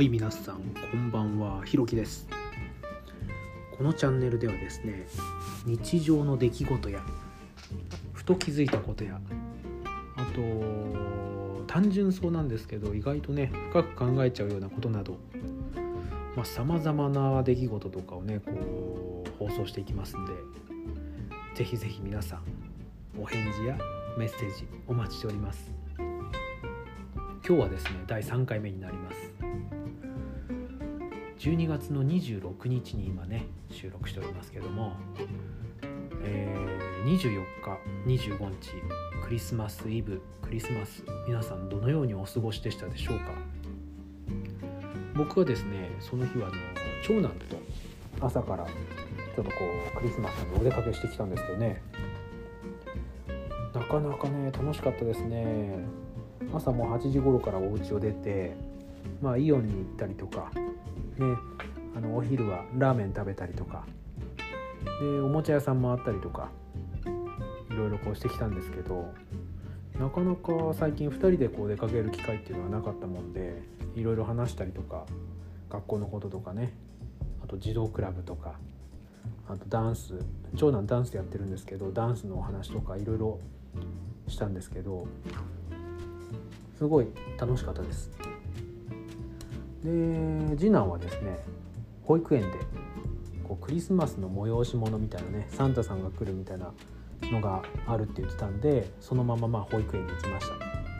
はい、皆さんこんばんは、ひろきです。このチャンネルではですね、日常の出来事やふと気づいたことや、あと単純そうなんですけど意外とね深く考えちゃうようなことなど、様々な出来事とかをね放送していきますんで、ぜひぜひ皆さんお返事やメッセージお待ちしております。今日はですね第3回目になります。12月の26日に今ね収録しておりますけども、24日25日クリスマスイブ、クリスマス、皆さんどのようにお過ごしでしたでしょうか。僕はですねその日は長男と朝からちょっとクリスマスにお出かけしてきたんですけどね、なかなかね楽しかったですね。朝も8時頃からお家を出て、イオンに行ったりとかね、お昼はラーメン食べたりとかで、おもちゃ屋さんもあったりとかいろいろしてきたんですけど、なかなか最近2人で出かける機会っていうのはなかったもんで、いろいろ話したりとか、学校のこととかね、あと児童クラブとか、あとダンス、長男ダンスやってるんですけど、ダンスのお話とかいろいろしたんですけど、すごい楽しかったです。で、次男はですね保育園でクリスマスの催し物みたいなね、サンタさんが来るみたいなのがあるって言ってたんで、そのまま保育園に行きました。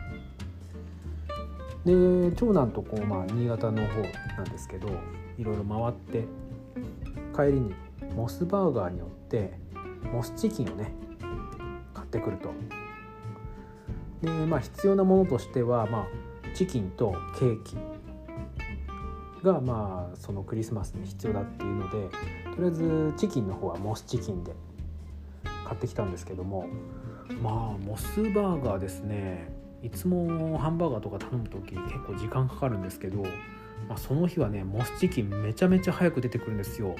で、長男と新潟の方なんですけど、いろいろ回って帰りにモスバーガーに寄ってモスチキンをね買ってくると。で、必要なものとしては、チキンとケーキがそのクリスマスに必要だっていうので、とりあえずチキンの方はモスチキンで買ってきたんですけども、モスバーガーですね、いつもハンバーガーとか頼むとき結構時間かかるんですけど、その日はねモスチキンめちゃめちゃ早く出てくるんですよ。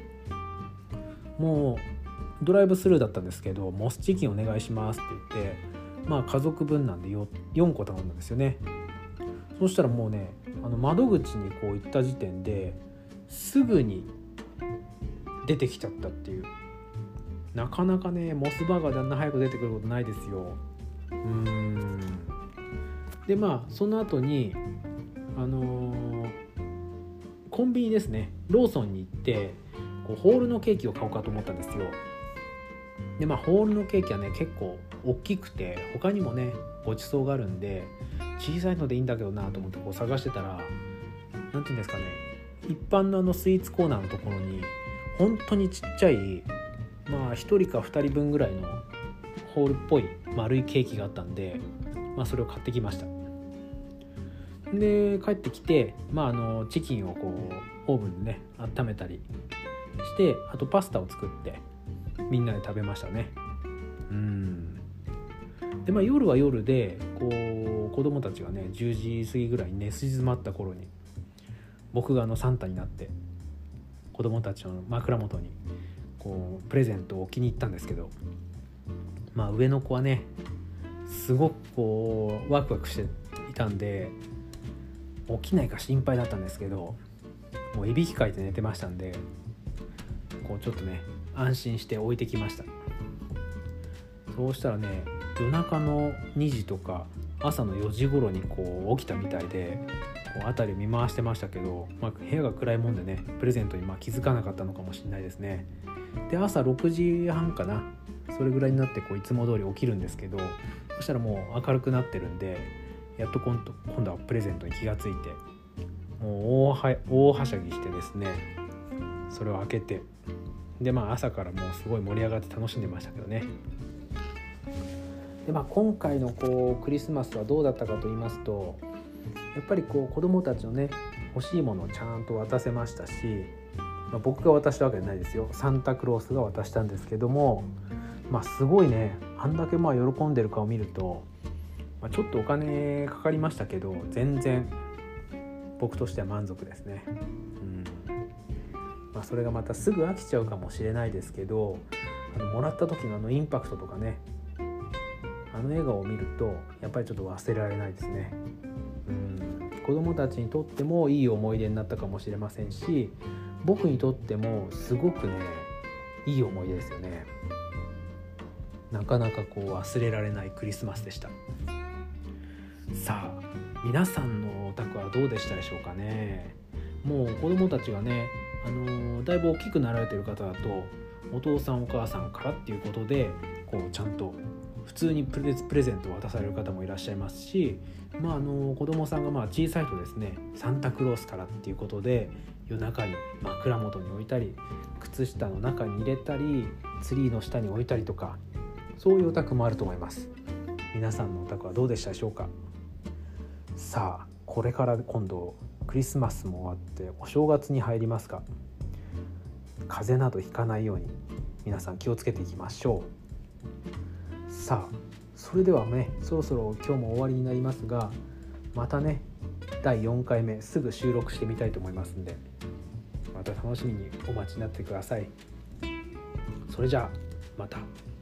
もうドライブスルーだったんですけど、モスチキンお願いしますって言って、家族分なんで 4個頼んだんですよね。そしたらもうね窓口に行った時点ですぐに出てきちゃったっていう。なかなかねモスバーガーであんな早く出てくることないですよ。でその後にコンビニですね、ローソンに行ってホールのケーキを買おうかと思ったんですよ。でホールのケーキはね結構大きくて、他にもねごちそうがあるんで小さいのでいいんだけどなと思って探してたら、なんていうんですかね、一般のスイーツコーナーのところに本当にちっちゃい1人か2人分ぐらいのホールっぽい丸いケーキがあったんで、それを買ってきました。で帰ってきて、チキンをオーブンでね温めたりして、あとパスタを作ってみんなで食べましたね。で夜は夜で子供たちがね10時過ぎぐらいに寝静まった頃に、僕がサンタになって子供たちの枕元にプレゼントを置きに行ったんですけど、上の子はねすごくワクワクしていたんで起きないか心配だったんですけど、もういびきかいて寝てましたんで、ちょっとね安心して置いてきました。そうしたらね夜中の2時とか朝の4時頃に起きたみたいで、辺りを見回してましたけど、部屋が暗いもんでねプレゼントに気づかなかったのかもしれないですね。で朝6時半かな、それぐらいになっていつも通り起きるんですけど、そしたらもう明るくなってるんで、やっと今度はプレゼントに気がついて、もう大はしゃぎしてですね、それを開けて、で朝からもうすごい盛り上がって楽しんでましたけどね。で今回のクリスマスはどうだったかと言いますと、やっぱり子供たちのね欲しいものをちゃんと渡せましたし、僕が渡したわけじゃないですよ、サンタクロースが渡したんですけども、すごいね、あんだけ喜んでる顔を見ると、ちょっとお金かかりましたけど全然僕としては満足ですね。それがまたすぐ飽きちゃうかもしれないですけど、もらった時のインパクトとかね、笑顔を見るとやっぱりちょっと忘れられないですね。 子どもたちにとってもいい思い出になったかもしれませんし、僕にとってもすごくねいい思い出ですよね。なかなか忘れられないクリスマスでした。さあ皆さんのお宅はどうでしたでしょうかね。もう子どもたちがね、だいぶ大きくなられている方だとお父さんお母さんからっていうことでちゃんと普通にプレゼントを渡される方もいらっしゃいますし、子どもさんが小さいとですね、サンタクロースからっていうことで夜中に枕元に置いたり、靴下の中に入れたり、ツリーの下に置いたりとか、そういうお宅もあると思います。皆さんのお宅はどうでしたでしょうか。さあこれから今度クリスマスも終わってお正月に入りますが、風邪などひかないように皆さん気をつけていきましょう。さあそれではね、そろそろ今日も終わりになりますが、またね第4回目すぐ収録してみたいと思いますんで、また楽しみにお待ちになってください。それじゃあまた。